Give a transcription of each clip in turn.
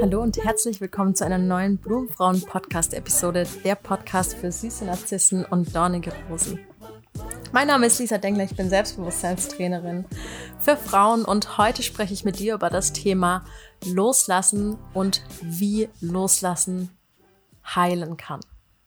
Hallo und herzlich willkommen zu einer neuen Blumenfrauen-Podcast-Episode, der Podcast für süße Narzissen und dornige Rosen. Mein Name ist Lisa Dengler, ich bin Selbstbewusstseinstrainerin für Frauen und heute spreche ich mit dir über das Thema Loslassen und wie Loslassen heilen kann.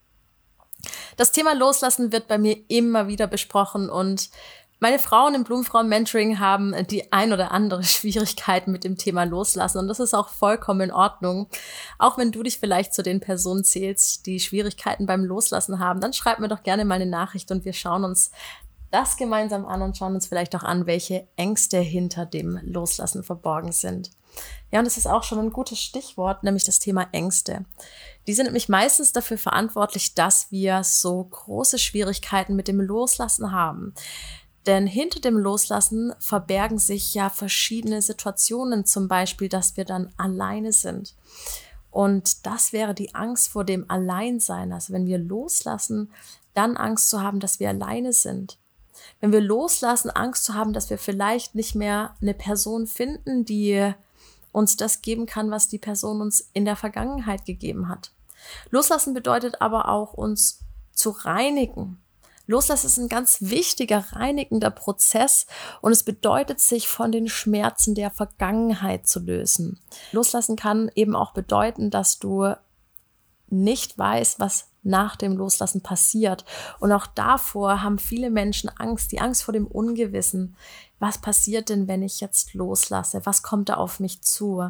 Das Thema Loslassen wird bei mir immer wieder besprochen und meine Frauen im Blumenfrauen-Mentoring haben die ein oder andere Schwierigkeiten mit dem Thema Loslassen und das ist auch vollkommen in Ordnung. Auch wenn du dich vielleicht zu den Personen zählst, die Schwierigkeiten beim Loslassen haben, dann schreib mir doch gerne mal eine Nachricht und wir schauen uns das gemeinsam an und schauen uns vielleicht auch an, welche Ängste hinter dem Loslassen verborgen sind. Ja, und das ist auch schon ein gutes Stichwort, nämlich das Thema Ängste. Die sind nämlich meistens dafür verantwortlich, dass wir so große Schwierigkeiten mit dem Loslassen haben. Denn hinter dem Loslassen verbergen sich ja verschiedene Situationen, zum Beispiel, dass wir dann alleine sind. Und das wäre die Angst vor dem Alleinsein. Also wenn wir loslassen, dann Angst zu haben, dass wir alleine sind. Wenn wir loslassen, Angst zu haben, dass wir vielleicht nicht mehr eine Person finden, die uns das geben kann, was die Person uns in der Vergangenheit gegeben hat. Loslassen bedeutet aber auch, uns zu reinigen. Loslassen ist ein ganz wichtiger, reinigender Prozess und es bedeutet, sich von den Schmerzen der Vergangenheit zu lösen. Loslassen kann eben auch bedeuten, dass du nicht weißt, was nach dem Loslassen passiert. Und auch davor haben viele Menschen Angst, die Angst vor dem Ungewissen. Was passiert denn, wenn ich jetzt loslasse? Was kommt da auf mich zu?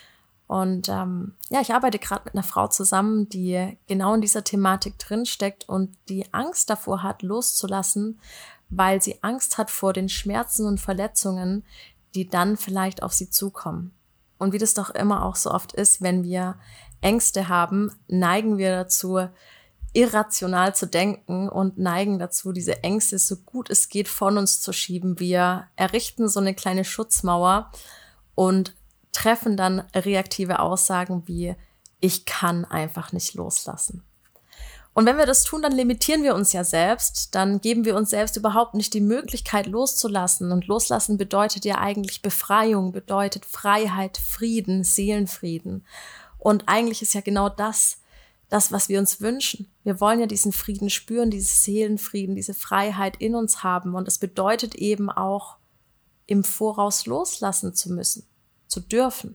Und ich arbeite gerade mit einer Frau zusammen, die genau in dieser Thematik drinsteckt und die Angst davor hat, loszulassen, weil sie Angst hat vor den Schmerzen und Verletzungen, die dann vielleicht auf sie zukommen. Und wie das doch immer auch so oft ist, wenn wir Ängste haben, neigen wir dazu, irrational zu denken und neigen dazu, diese Ängste so gut es geht von uns zu schieben. Wir errichten so eine kleine Schutzmauer und treffen dann reaktive Aussagen wie, ich kann einfach nicht loslassen. Und wenn wir das tun, dann limitieren wir uns ja selbst, dann geben wir uns selbst überhaupt nicht die Möglichkeit loszulassen. Und loslassen bedeutet ja eigentlich Befreiung, bedeutet Freiheit, Frieden, Seelenfrieden. Und eigentlich ist ja genau das, was wir uns wünschen. Wir wollen ja diesen Frieden spüren, diesen Seelenfrieden, diese Freiheit in uns haben. Und es bedeutet eben auch, im Voraus loslassen zu müssen, zu dürfen.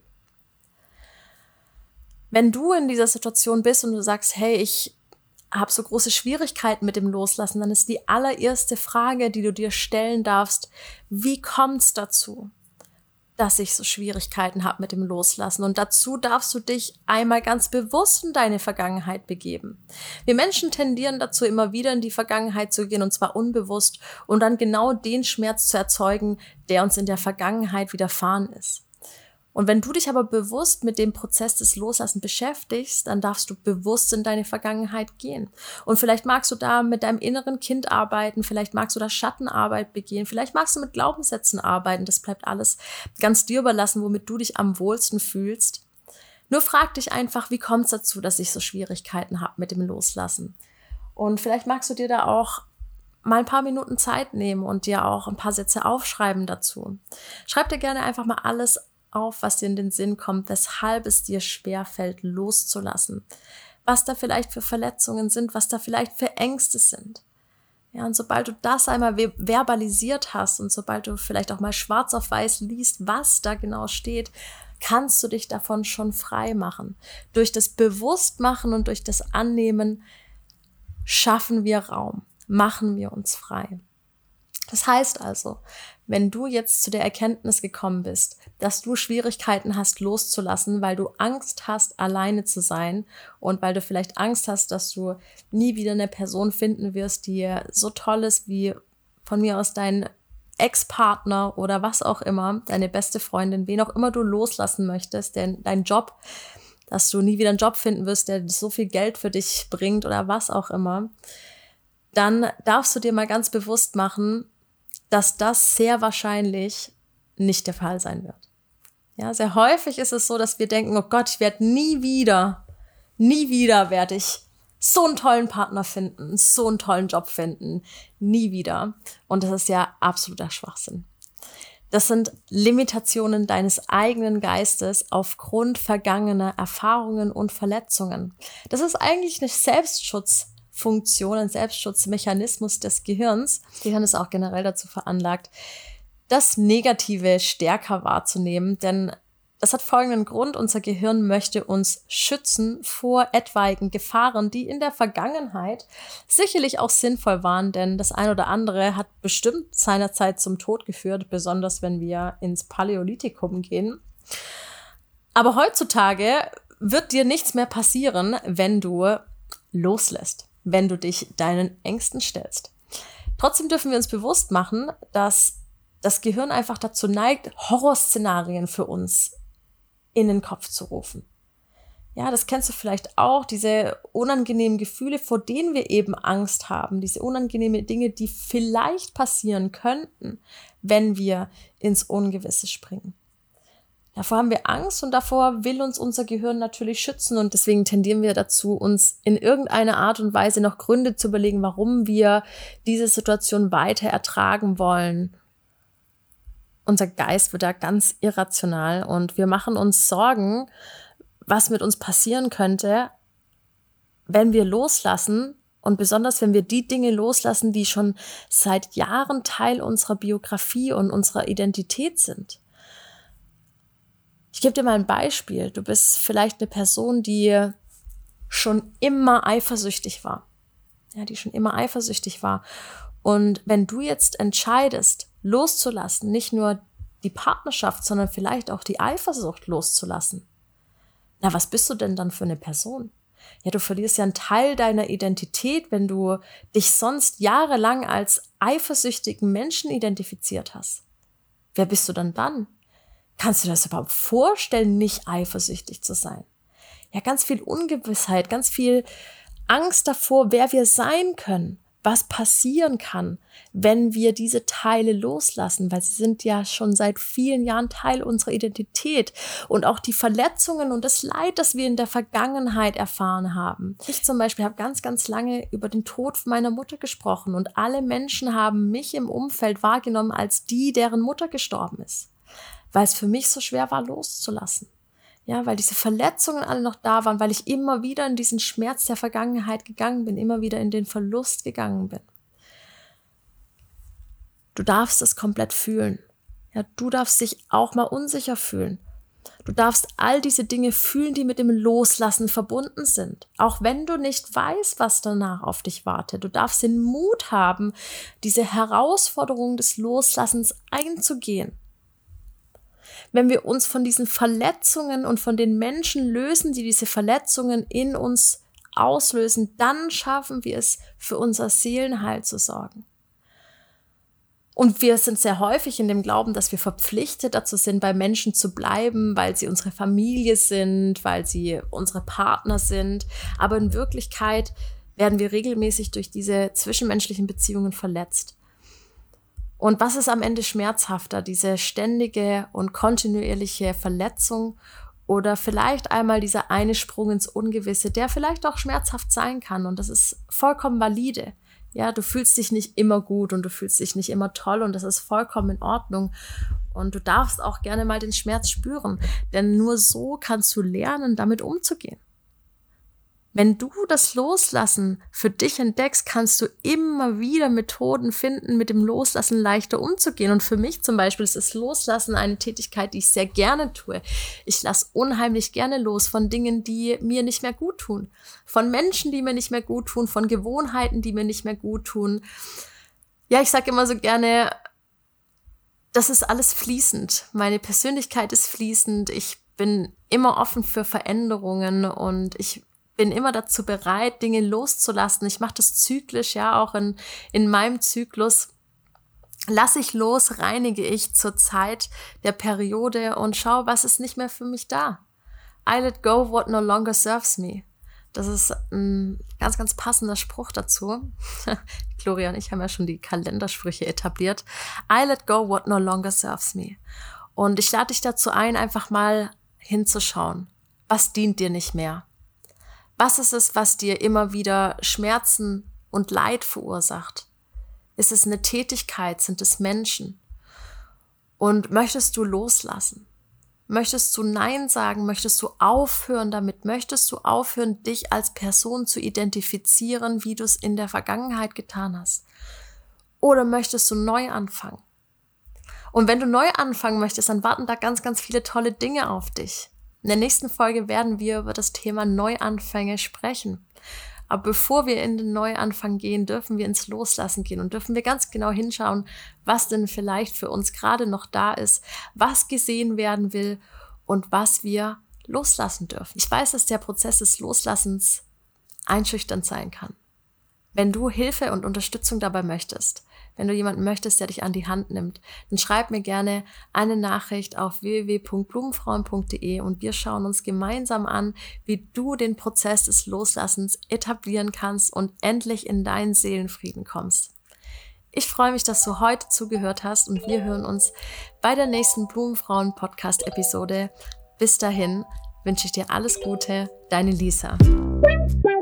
Wenn du in dieser Situation bist und du sagst, hey, ich habe so große Schwierigkeiten mit dem Loslassen, dann ist die allererste Frage, die du dir stellen darfst, wie kommt es dazu, dass ich so Schwierigkeiten habe mit dem Loslassen? Und dazu darfst du dich einmal ganz bewusst in deine Vergangenheit begeben. Wir Menschen tendieren dazu, immer wieder in die Vergangenheit zu gehen, und zwar unbewusst, und dann genau den Schmerz zu erzeugen, der uns in der Vergangenheit widerfahren ist. Und wenn du dich aber bewusst mit dem Prozess des Loslassen beschäftigst, dann darfst du bewusst in deine Vergangenheit gehen. Und vielleicht magst du da mit deinem inneren Kind arbeiten, vielleicht magst du da Schattenarbeit begehen, vielleicht magst du mit Glaubenssätzen arbeiten. Das bleibt alles ganz dir überlassen, womit du dich am wohlsten fühlst. Nur frag dich einfach, wie kommt es dazu, dass ich so Schwierigkeiten habe mit dem Loslassen? Und vielleicht magst du dir da auch mal ein paar Minuten Zeit nehmen und dir auch ein paar Sätze aufschreiben dazu. Schreib dir gerne einfach mal alles auf, was dir in den Sinn kommt, weshalb es dir schwerfällt, loszulassen. Was da vielleicht für Verletzungen sind, was da vielleicht für Ängste sind. Ja, und sobald du das einmal verbalisiert hast und sobald du vielleicht auch mal schwarz auf weiß liest, was da genau steht, kannst du dich davon schon frei machen. Durch das Bewusstmachen und durch das Annehmen schaffen wir Raum, machen wir uns frei. Das heißt also, wenn du jetzt zu der Erkenntnis gekommen bist, dass du Schwierigkeiten hast, loszulassen, weil du Angst hast, alleine zu sein und weil du vielleicht Angst hast, dass du nie wieder eine Person finden wirst, die so toll ist wie von mir aus dein Ex-Partner oder was auch immer, deine beste Freundin, wen auch immer du loslassen möchtest, denn dein Job, dass du nie wieder einen Job finden wirst, der so viel Geld für dich bringt oder was auch immer, dann darfst du dir mal ganz bewusst machen, dass das sehr wahrscheinlich nicht der Fall sein wird. Ja, sehr häufig ist es so, dass wir denken, oh Gott, ich werde nie wieder werde ich so einen tollen Partner finden, so einen tollen Job finden, nie wieder. Und das ist ja absoluter Schwachsinn. Das sind Limitationen deines eigenen Geistes aufgrund vergangener Erfahrungen und Verletzungen. Das ist eigentlich eine Selbstschutzfunktion, ein Selbstschutzmechanismus des Gehirns. Das Gehirn ist auch generell dazu veranlagt, das Negative stärker wahrzunehmen, denn das hat folgenden Grund: Unser Gehirn möchte uns schützen vor etwaigen Gefahren, die in der Vergangenheit sicherlich auch sinnvoll waren, denn das ein oder andere hat bestimmt seinerzeit zum Tod geführt, besonders wenn wir ins Paläolithikum gehen. Aber heutzutage wird dir nichts mehr passieren, wenn du loslässt, wenn du dich deinen Ängsten stellst. Trotzdem dürfen wir uns bewusst machen, dass das Gehirn einfach dazu neigt, Horrorszenarien für uns in den Kopf zu rufen. Ja, das kennst du vielleicht auch, diese unangenehmen Gefühle, vor denen wir eben Angst haben, diese unangenehmen Dinge, die vielleicht passieren könnten, wenn wir ins Ungewisse springen. Davor haben wir Angst und davor will uns unser Gehirn natürlich schützen und deswegen tendieren wir dazu, uns in irgendeiner Art und Weise noch Gründe zu überlegen, warum wir diese Situation weiter ertragen wollen. Unser Geist wird da ganz irrational und wir machen uns Sorgen, was mit uns passieren könnte, wenn wir loslassen und besonders, wenn wir die Dinge loslassen, die schon seit Jahren Teil unserer Biografie und unserer Identität sind. Ich gebe dir mal ein Beispiel. Du bist vielleicht eine Person, die schon immer eifersüchtig war. Ja, die schon immer eifersüchtig war. Und wenn du jetzt entscheidest, loszulassen, nicht nur die Partnerschaft, sondern vielleicht auch die Eifersucht loszulassen, na, was bist du denn dann für eine Person? Ja, du verlierst ja einen Teil deiner Identität, wenn du dich sonst jahrelang als eifersüchtigen Menschen identifiziert hast. Wer bist du dann? Kannst du dir das überhaupt vorstellen, nicht eifersüchtig zu sein? Ja, ganz viel Ungewissheit, ganz viel Angst davor, wer wir sein können, was passieren kann, wenn wir diese Teile loslassen, weil sie sind ja schon seit vielen Jahren Teil unserer Identität und auch die Verletzungen und das Leid, das wir in der Vergangenheit erfahren haben. Ich zum Beispiel habe ganz, ganz lange über den Tod meiner Mutter gesprochen und alle Menschen haben mich im Umfeld wahrgenommen als die, deren Mutter gestorben ist, weil es für mich so schwer war, loszulassen. Ja, weil diese Verletzungen alle noch da waren, weil ich immer wieder in diesen Schmerz der Vergangenheit gegangen bin, immer wieder in den Verlust gegangen bin. Du darfst es komplett fühlen. Ja, du darfst dich auch mal unsicher fühlen. Du darfst all diese Dinge fühlen, die mit dem Loslassen verbunden sind. Auch wenn du nicht weißt, was danach auf dich wartet. Du darfst den Mut haben, diese Herausforderung des Loslassens einzugehen. Wenn wir uns von diesen Verletzungen und von den Menschen lösen, die diese Verletzungen in uns auslösen, dann schaffen wir es, für unser Seelenheil zu sorgen. Und wir sind sehr häufig in dem Glauben, dass wir verpflichtet dazu sind, bei Menschen zu bleiben, weil sie unsere Familie sind, weil sie unsere Partner sind. Aber in Wirklichkeit werden wir regelmäßig durch diese zwischenmenschlichen Beziehungen verletzt. Und was ist am Ende schmerzhafter, diese ständige und kontinuierliche Verletzung oder vielleicht einmal dieser eine Sprung ins Ungewisse, der vielleicht auch schmerzhaft sein kann und das ist vollkommen valide. Ja, du fühlst dich nicht immer gut und du fühlst dich nicht immer toll und das ist vollkommen in Ordnung und du darfst auch gerne mal den Schmerz spüren, denn nur so kannst du lernen, damit umzugehen. Wenn du das Loslassen für dich entdeckst, kannst du immer wieder Methoden finden, mit dem Loslassen leichter umzugehen. Und für mich zum Beispiel ist das Loslassen eine Tätigkeit, die ich sehr gerne tue. Ich lasse unheimlich gerne los von Dingen, die mir nicht mehr gut tun. Von Menschen, die mir nicht mehr gut tun, von Gewohnheiten, die mir nicht mehr gut tun. Ja, ich sage immer so gerne, das ist alles fließend. Meine Persönlichkeit ist fließend. Ich bin immer offen für Veränderungen und ich bin immer dazu bereit, Dinge loszulassen. Ich mache das zyklisch, ja, auch in meinem Zyklus. Lasse ich los, reinige ich zur Zeit der Periode und schaue, was ist nicht mehr für mich da. I let go what no longer serves me. Das ist ein ganz, ganz passender Spruch dazu. Gloria und ich haben ja schon die Kalendersprüche etabliert. I let go what no longer serves me. Und ich lade dich dazu ein, einfach mal hinzuschauen. Was dient dir nicht mehr? Was ist es, was dir immer wieder Schmerzen und Leid verursacht? Ist es eine Tätigkeit? Sind es Menschen? Und möchtest du loslassen? Möchtest du Nein sagen? Möchtest du aufhören damit? Möchtest du aufhören, dich als Person zu identifizieren, wie du es in der Vergangenheit getan hast? Oder möchtest du neu anfangen? Und wenn du neu anfangen möchtest, dann warten da ganz, ganz viele tolle Dinge auf dich. In der nächsten Folge werden wir über das Thema Neuanfänge sprechen. Aber bevor wir in den Neuanfang gehen, dürfen wir ins Loslassen gehen und dürfen wir ganz genau hinschauen, was denn vielleicht für uns gerade noch da ist, was gesehen werden will und was wir loslassen dürfen. Ich weiß, dass der Prozess des Loslassens einschüchternd sein kann. Wenn du Hilfe und Unterstützung dabei möchtest, wenn du jemanden möchtest, der dich an die Hand nimmt, dann schreib mir gerne eine Nachricht auf www.blumenfrauen.de und wir schauen uns gemeinsam an, wie du den Prozess des Loslassens etablieren kannst und endlich in deinen Seelenfrieden kommst. Ich freue mich, dass du heute zugehört hast und wir hören uns bei der nächsten Blumenfrauen-Podcast-Episode. Bis dahin wünsche ich dir alles Gute, deine Lisa.